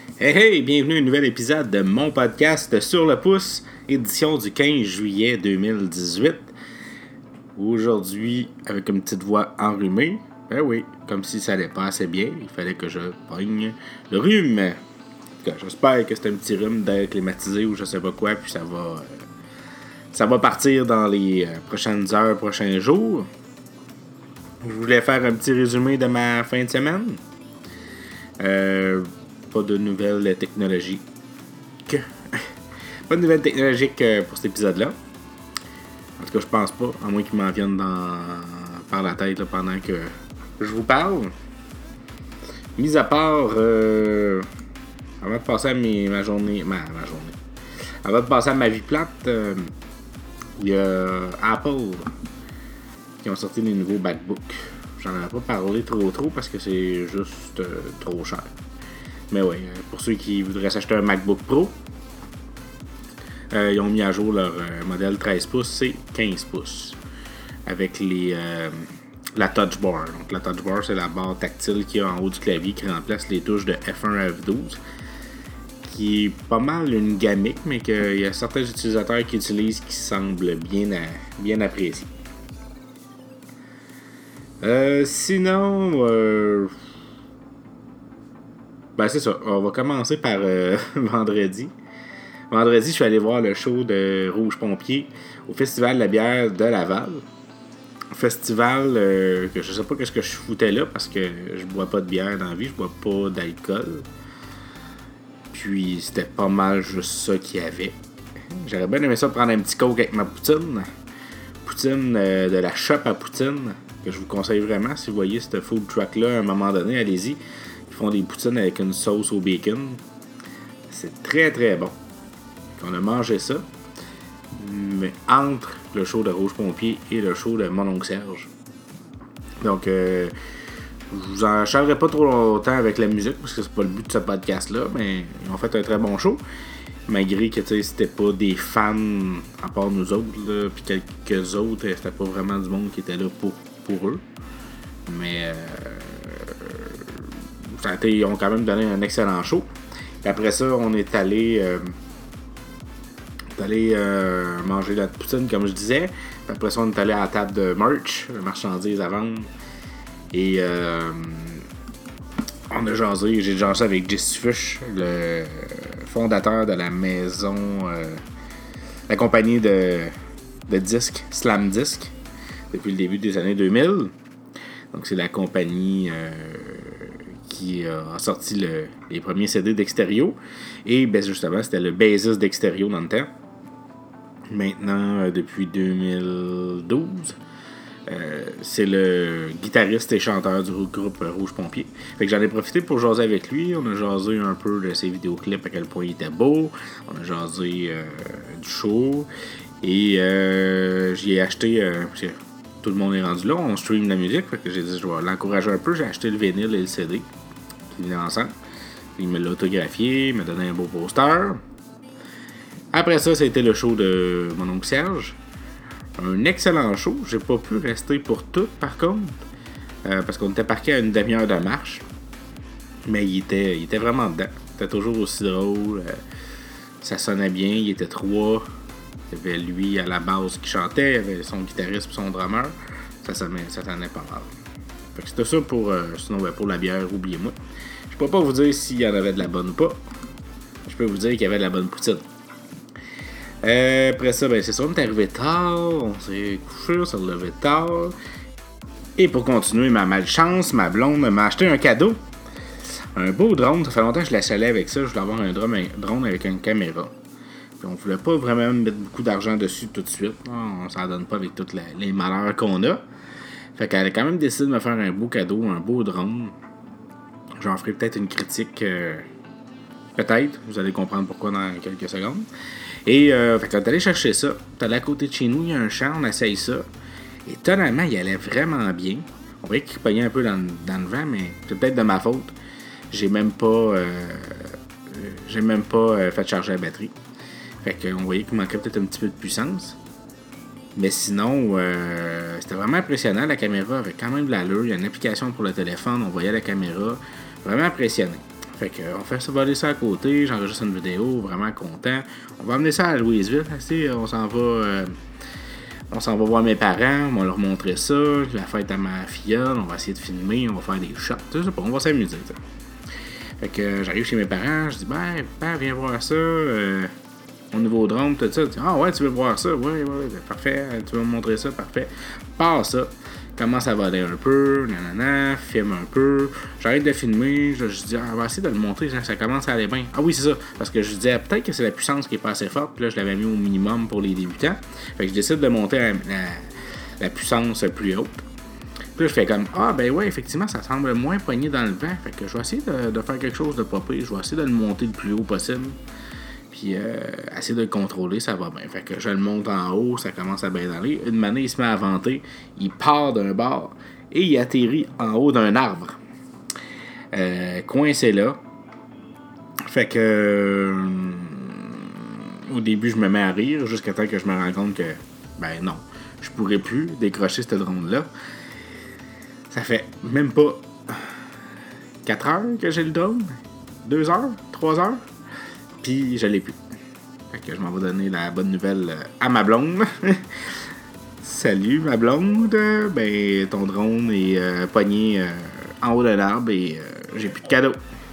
Hey hey, bienvenue à un nouvel épisode de mon podcast Sur le pouce, édition du 15 juillet 2018. Aujourd'hui, avec une petite voix enrhumée. Ben oui, comme si ça allait pas assez bien, il fallait que je pogne le rhume. En tout cas, j'espère que c'est un petit rhume d'air climatisé ou je sais pas quoi, puis ça va partir dans les prochaines heures, prochains jours. Je voulais faire un petit résumé de ma fin de semaine. Pas de nouvelles technologiques. Pas de nouvelles technologiques pour cet épisode-là. En tout cas, je pense pas, à moins qu'ils m'en viennent par la tête là, pendant que je vous parle. Mis à part, avant de passer à ma journée. Avant de passer à ma vie plate, il y a Apple qui ont sorti des nouveaux MacBooks. J'en avais pas parlé trop parce que c'est juste trop cher. Mais oui, pour ceux qui voudraient s'acheter un MacBook Pro, ils ont mis à jour leur modèle 13 pouces et 15 pouces avec la Touch Bar. Donc la Touch Bar, c'est la barre tactile qu'il y a en haut du clavier qui remplace les touches de F1 à F12, qui est pas mal une gamique, mais qu'il y a certains utilisateurs qui utilisent qui semblent bien appréciés. Sinon, ben c'est ça. On va commencer par vendredi. Vendredi, je suis allé voir le show de Rouge Pompier au Festival de la bière de Laval. Festival que je sais pas qu'est-ce que je foutais là parce que je bois pas de bière dans la vie, je bois pas d'alcool. Puis c'était pas mal juste ça qu'il y avait. J'aurais bien aimé ça prendre un petit coke avec ma poutine. Poutine de la shop à poutine, que je vous conseille vraiment. Si vous voyez ce food truck-là à un moment donné, allez-y. Ils font des poutines avec une sauce au bacon. C'est très très bon. On a mangé ça. Mais entre le show de Rouge Pompier et le show de Mon Oncle Serge. Donc, je vous en chargerai pas trop longtemps avec la musique, parce que c'est pas le but de ce podcast-là, mais ils ont fait un très bon show. Malgré que c'était pas des fans, à part nous autres, puis quelques autres, c'était pas vraiment du monde qui était là pour eux. Mais ils ont quand même donné un excellent show. Puis après ça, on est allé manger la poutine, comme je disais. Puis après ça, on est allé à la table de merch, de marchandises à vendre. Et on a jasé. J'ai jasé avec Jesse Fuchs, le fondateur de la maison, la compagnie de disques Slam Disc, depuis le début des années 2000. Donc c'est la compagnie qui a sorti les premiers CD d'Exterio. Et ben justement, c'était le bassiste d'Exterio dans le temps. Maintenant, depuis 2012, c'est le guitariste et chanteur du groupe Rouge Pompier. Fait que j'en ai profité pour jaser avec lui. On a jasé un peu de ses vidéoclips, à quel point il était beau. On a jasé du show. Et j'y ai acheté... tout le monde est rendu là, on stream la musique. Fait que j'ai dit, je vais l'encourager un peu. J'ai acheté le vinyle et le CD qui venaient ensemble. Il me l'a autographié, il m'a donné un beau poster. Après ça, c'était le show de Mon Oncle Serge. Un excellent show. J'ai pas pu rester pour tout, par contre. Parce qu'on était parqué à une demi-heure de marche. Mais il était vraiment dedans. C'était toujours aussi drôle. Ça sonnait bien. Il était trois. Il y avait lui à la base qui chantait. Il y avait son guitariste et son drummer. Ça sonnait pas mal. Fait que c'était ça pour... sinon, pour la bière, oubliez-moi. Je peux pas vous dire s'il y en avait de la bonne ou pas. Je peux vous dire qu'il y avait de la bonne poutine. Après ça, c'est ça, on est arrivé tard, on s'est couché, on s'est relevé tard. Et pour continuer ma malchance, ma blonde m'a acheté un cadeau. Un beau drone, ça fait longtemps que je la salais avec ça, je voulais avoir un drone avec une caméra. Puis on voulait pas vraiment mettre beaucoup d'argent dessus tout de suite, on s'en donne pas avec tous les malheurs qu'on a. Fait qu'elle a quand même décidé de me faire un beau cadeau, un beau drone. J'en ferai peut-être une critique, peut-être, vous allez comprendre pourquoi dans quelques secondes. Et fait qu'on est allé chercher ça. T'es allé à côté de chez nous, il y a un champ, on essaye ça. Et étonnamment, il allait vraiment bien. On voyait qu'il pognait un peu dans le vent, mais c'est peut-être de ma faute. J'ai même pas fait charger la batterie. Fait qu'on voyait qu'il manquait peut-être un petit peu de puissance. Mais sinon, c'était vraiment impressionnant. La caméra avait quand même de l'allure. Il y a une application pour le téléphone, on voyait la caméra. Vraiment impressionné. Fait que on fait ça voler ça à côté, j'enregistre une vidéo, vraiment content. On va amener ça à Louisville, on s'en va voir mes parents, on va leur montrer ça, la fête à ma filleule, on va essayer de filmer, on va faire des shots, tout ça, on va s'amuser. T'sais. Fait que j'arrive chez mes parents, je dis papa, viens voir ça, mon nouveau drone, tout ça. Ah ouais, tu veux voir ça? Ouais, parfait, tu veux me montrer ça, parfait. Pars ça. Commence à voler un peu, nanana, filme un peu. J'arrête de filmer, je dis, on va essayer de le montrer, ça commence à aller bien. Ah oui, c'est ça, parce que je disais, peut-être que c'est la puissance qui est pas assez forte, puis là, je l'avais mis au minimum pour les débutants. Fait que je décide de monter la puissance plus haute. Puis là, je fais comme, ben ouais, effectivement, ça semble moins poigné dans le vent. Fait que je vais essayer de faire quelque chose de pas pire. Je vais essayer de le monter le plus haut possible. Puis essayer de le contrôler, ça va bien. Fait que je le monte en haut, ça commence à bien aller. Une manée, il se met à vanter. Il part d'un bord et il atterrit en haut d'un arbre. Coincé là. Fait que au début, je me mets à rire jusqu'à temps que je me rende compte que, non, je pourrais plus décrocher ce drone-là. Ça fait même pas 4 heures que j'ai le drone. 2 heures, 3 heures. Puis je l'ai plus. Fait que je m'en vais donner la bonne nouvelle à ma blonde. Salut ma blonde. Ton drone est pogné en haut de l'arbre et j'ai plus de cadeau.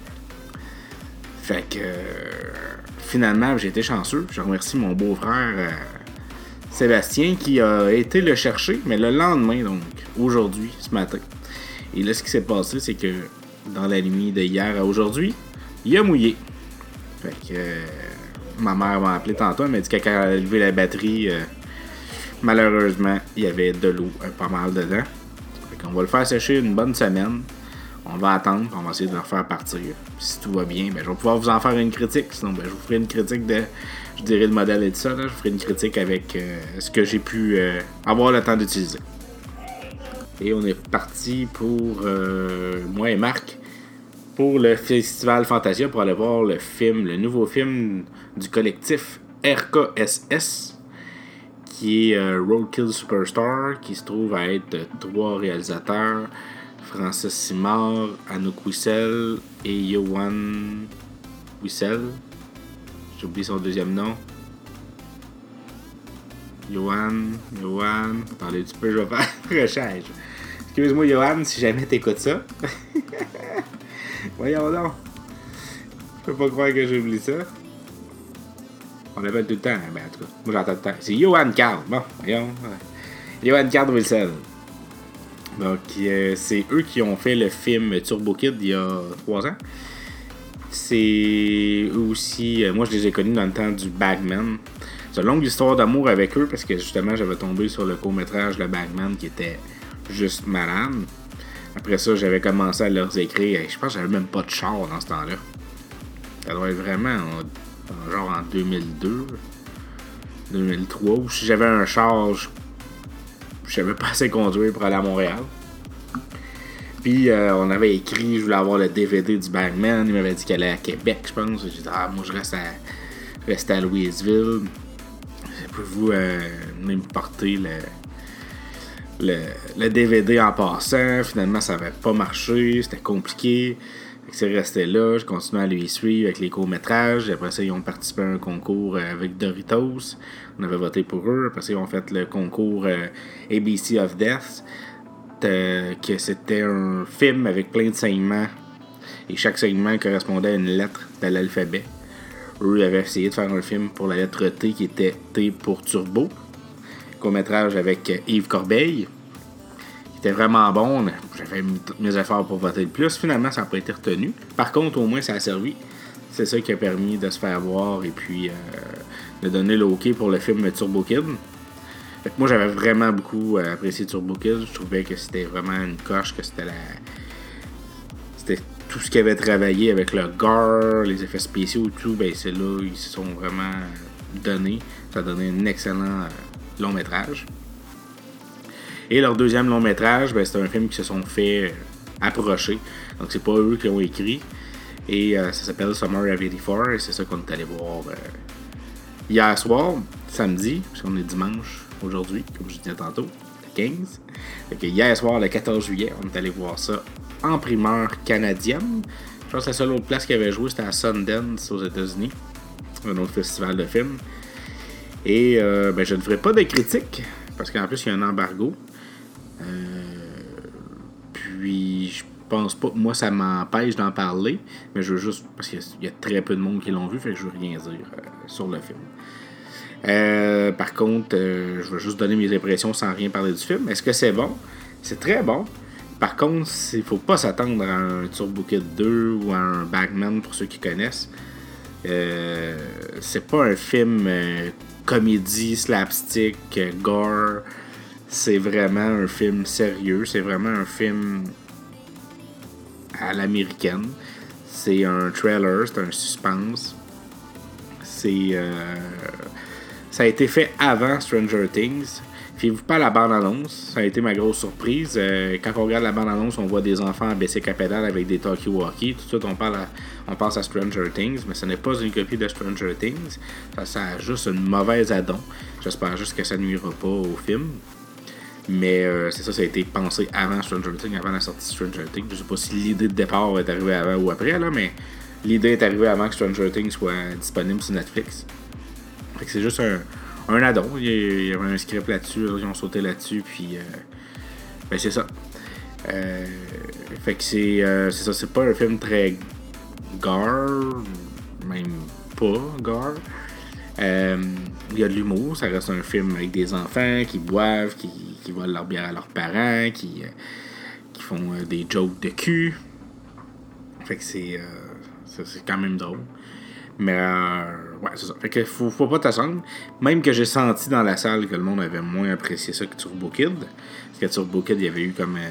Fait que finalement j'ai été chanceux. Je remercie mon beau-frère Sébastien qui a été le chercher, mais le lendemain, donc aujourd'hui, ce matin. Et là, ce qui s'est passé, c'est que dans la nuit de hier à aujourd'hui, il a mouillé. Fait que ma mère m'a appelé tantôt, elle m'a dit que quand elle a levé la batterie, malheureusement, il y avait de l'eau pas mal dedans. Fait qu'on va le faire sécher une bonne semaine. On va attendre, on va essayer de le faire partir. Puis si tout va bien, je vais pouvoir vous en faire une critique. Sinon, je vous ferai une critique de, je dirais, le modèle et tout ça. Là. Je vous ferai une critique avec ce que j'ai pu avoir le temps d'utiliser. Et on est parti pour, moi et Marc, pour le Festival Fantasia pour aller voir le nouveau film du collectif RKSS, qui est Roadkill Superstar, qui se trouve à être 3 réalisateurs, Francis Simard, Anouk Wissel et Johan Wissel. J'ai oublié son deuxième nom. Johan. Attendez un petit peu, je vais faire recherche. Excuse-moi, Johan, si jamais t'écoutes ça. Voyons donc. Je peux pas croire que j'ai oublié ça. On l'appelle tout le temps. En tout cas, moi j'entends tout le temps. C'est Johan Card. Bon, voyons. Johan Card Wilson. Donc, c'est eux qui ont fait le film Turbo Kid il y a 3 ans. C'est eux aussi. Moi, je les ai connus dans le temps du Bagman. C'est une longue histoire d'amour avec eux parce que justement, j'avais tombé sur le court-métrage Le Bagman qui était juste malade. Après ça, j'avais commencé à leur écrire. Je pense que j'avais même pas de char dans ce temps-là. Ça doit être vraiment genre en 2002, 2003. Ou si j'avais un char, je savais pas assez conduire pour aller à Montréal. Puis on avait écrit, je voulais avoir le DVD du Bagman. Il m'avait dit qu'elle allait à Québec, je pense. J'ai dit, moi je reste à Louisville. Pouvez-vous venir me porter le DVD en passant? Finalement, ça n'avait pas marché. C'était compliqué. Fait que c'est resté là. Je continuais à les suivre avec les courts-métrages. Après ça, ils ont participé à un concours avec Doritos. On avait voté pour eux. Après ça, ils ont fait le concours ABC of Death. Que c'était un film avec plein de segments. Et chaque segment correspondait à une lettre de l'alphabet. Eux, ils avaient essayé de faire un film pour la lettre T qui était T pour Turbo. Court-métrage avec Yves Corbeil. Qui était vraiment bon. J'avais mis tous mes efforts pour voter le plus. Finalement, ça n'a pas été retenu. Par contre, au moins, ça a servi. C'est ça qui a permis de se faire voir et puis de donner le OK pour le film Turbo Kid. Fait que moi, j'avais vraiment beaucoup apprécié Turbo Kid. Je trouvais que c'était vraiment une coche, que c'était tout ce qu'ils avaient travaillé avec le gore, les effets spéciaux et tout, c'est là, ils se sont vraiment donnés. Ça a donné un excellent long métrage. Et leur deuxième long métrage, c'est un film qui se sont fait approcher. Donc c'est pas eux qui ont écrit. Et ça s'appelle Summer of 84. Et c'est ça qu'on est allé voir hier soir, samedi, parce qu'on est dimanche aujourd'hui, comme je disais tantôt, le 15. Donc hier soir, le 14 juillet, on est allé voir ça en primeur canadienne. Je pense que la seule autre place qu'il avait joué, c'était à Sundance, aux États-Unis. Un autre festival de films. Et je ne ferai pas de critique, parce qu'en plus, il y a un embargo. Puis, je pense pas... Moi, ça m'empêche d'en parler, mais je veux juste... Parce qu'il y a très peu de monde qui l'ont vu, fait que je veux rien dire sur le film. Par contre, je veux juste donner mes impressions sans rien parler du film. Est-ce que c'est bon? C'est très bon. Par contre, il faut pas s'attendre à un Turbo Kid 2 ou à un Bagman pour ceux qui connaissent. C'est pas un film comédie, slapstick, gore. C'est vraiment un film sérieux. C'est vraiment un film à l'américaine. C'est un trailer, c'est un suspense. Ça a été fait avant Stranger Things. Fiez-vous pas à la bande-annonce. Ça a été ma grosse surprise. Quand on regarde la bande-annonce, on voit des enfants à baisser à pédale avec des talkie-walkie. Tout de suite, on pense à Stranger Things, mais ce n'est pas une copie de Stranger Things. Ça a juste une mauvaise addon. J'espère juste que ça nuira pas au film. Mais c'est ça a été pensé avant Stranger Things, avant la sortie de Stranger Things. Je sais pas si l'idée de départ est arrivée avant ou après, là, mais l'idée est arrivée avant que Stranger Things soit disponible sur Netflix. Fait que c'est juste un addon. Il y avait un script là-dessus, ils ont sauté là-dessus, puis c'est ça. Fait que c'est ça, c'est pas un film très gore, même pas gore. Il y a de l'humour, ça reste un film avec des enfants qui boivent, qui volent leur bière à leurs parents, qui font des jokes de cul. Fait que c'est quand même drôle. Mais ouais, c'est ça. Fait que faut pas t'attendre. Même que j'ai senti dans la salle que le monde avait moins apprécié ça que Turbo Kid. Parce que Turbo Kid, il y avait eu comme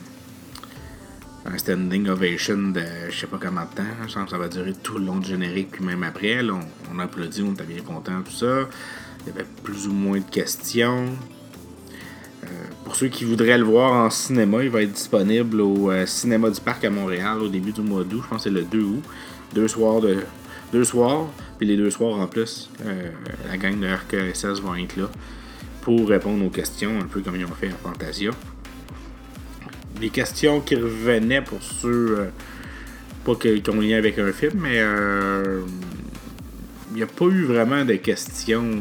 un standing ovation de je sais pas combien de temps. Je pense que ça va durer tout le long du générique. Puis même après, là, on a applaudi, on était bien contents, tout ça. Il y avait plus ou moins de questions. Pour ceux qui voudraient le voir en cinéma, il va être disponible au Cinéma du Parc à Montréal au début du mois d'août. Je pense que c'est le 2 août. 2 soirs, puis les 2 soirs en plus, la gang de RKSS va être là pour répondre aux questions, un peu comme ils ont fait à Fantasia. Des questions qui revenaient pour ceux, pas qui ont lien avec un film, mais il n'y a pas eu vraiment de questions.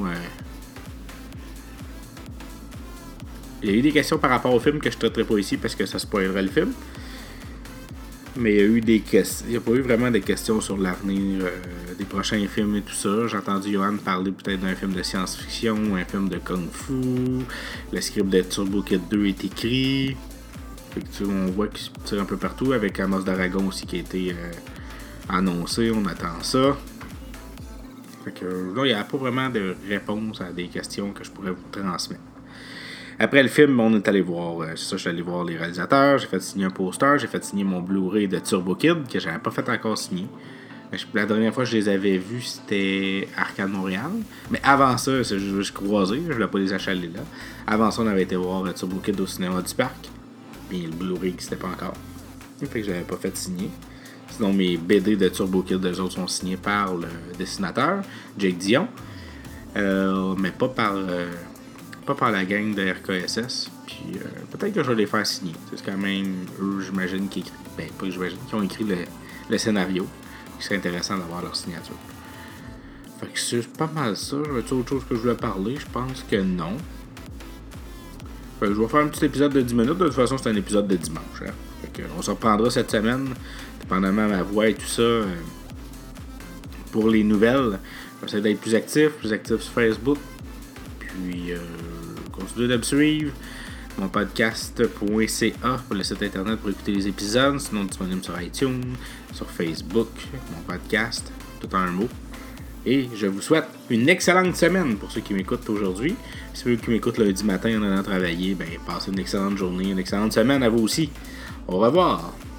Il y a eu des questions par rapport au film que je ne traiterai pas ici parce que ça spoilerait le film. Mais il y a eu des questions. Il n'y a pas eu vraiment de questions sur l'avenir des prochains films et tout ça. J'ai entendu Johan parler peut-être d'un film de science-fiction ou un film de kung-fu. Le script de Turbo Kid 2 est écrit. Fait que, on voit qu'il se tire un peu partout avec Amos d'Aragon aussi qui a été annoncé. On attend ça. Fait que là, il n'y a pas vraiment de réponse à des questions que je pourrais vous transmettre. Après le film, on est allé voir, c'est ça, je suis allé voir les réalisateurs, j'ai fait signer un poster, j'ai fait signer mon Blu-ray de Turbo Kid, que j'avais pas fait encore signer. La dernière fois que je les avais vus, c'était Arcade Montréal. Mais avant ça, je croisé, je voulais pas les achaler là. Avant ça, on avait été voir Turbo Kid au Cinéma du Parc. Puis le Blu-ray n'existait pas encore. Fait que je l'avais pas fait signer. Sinon, mes BD de Turbo Kid, eux autres sont signés par le dessinateur, Jake Dion. Mais pas par la gang de RKSS. Puis peut-être que je vais les faire signer. C'est quand même eux, j'imagine, qui ont écrit le scénario. Ce serait intéressant d'avoir leur signature. Fait que c'est pas mal ça. J'avais-tu autre chose que je voulais parler? Je pense que non. Fait que je vais faire un petit épisode de 10 minutes. De toute façon, c'est un épisode de dimanche. Hein? Fait que on se reprendra cette semaine, dépendamment de ma voix et tout ça. Pour les nouvelles, j'essaie d'être plus actif sur Facebook. Puis, continuez de me suivre. Mon podcast.ca pour le site internet pour écouter les épisodes. Sinon, disponible sur iTunes, sur Facebook, mon podcast, tout en un mot. Et je vous souhaite une excellente semaine pour ceux qui m'écoutent aujourd'hui. Si ceux qui m'écoutent lundi matin en allant travailler, passez une excellente journée, une excellente semaine à vous aussi. Au revoir.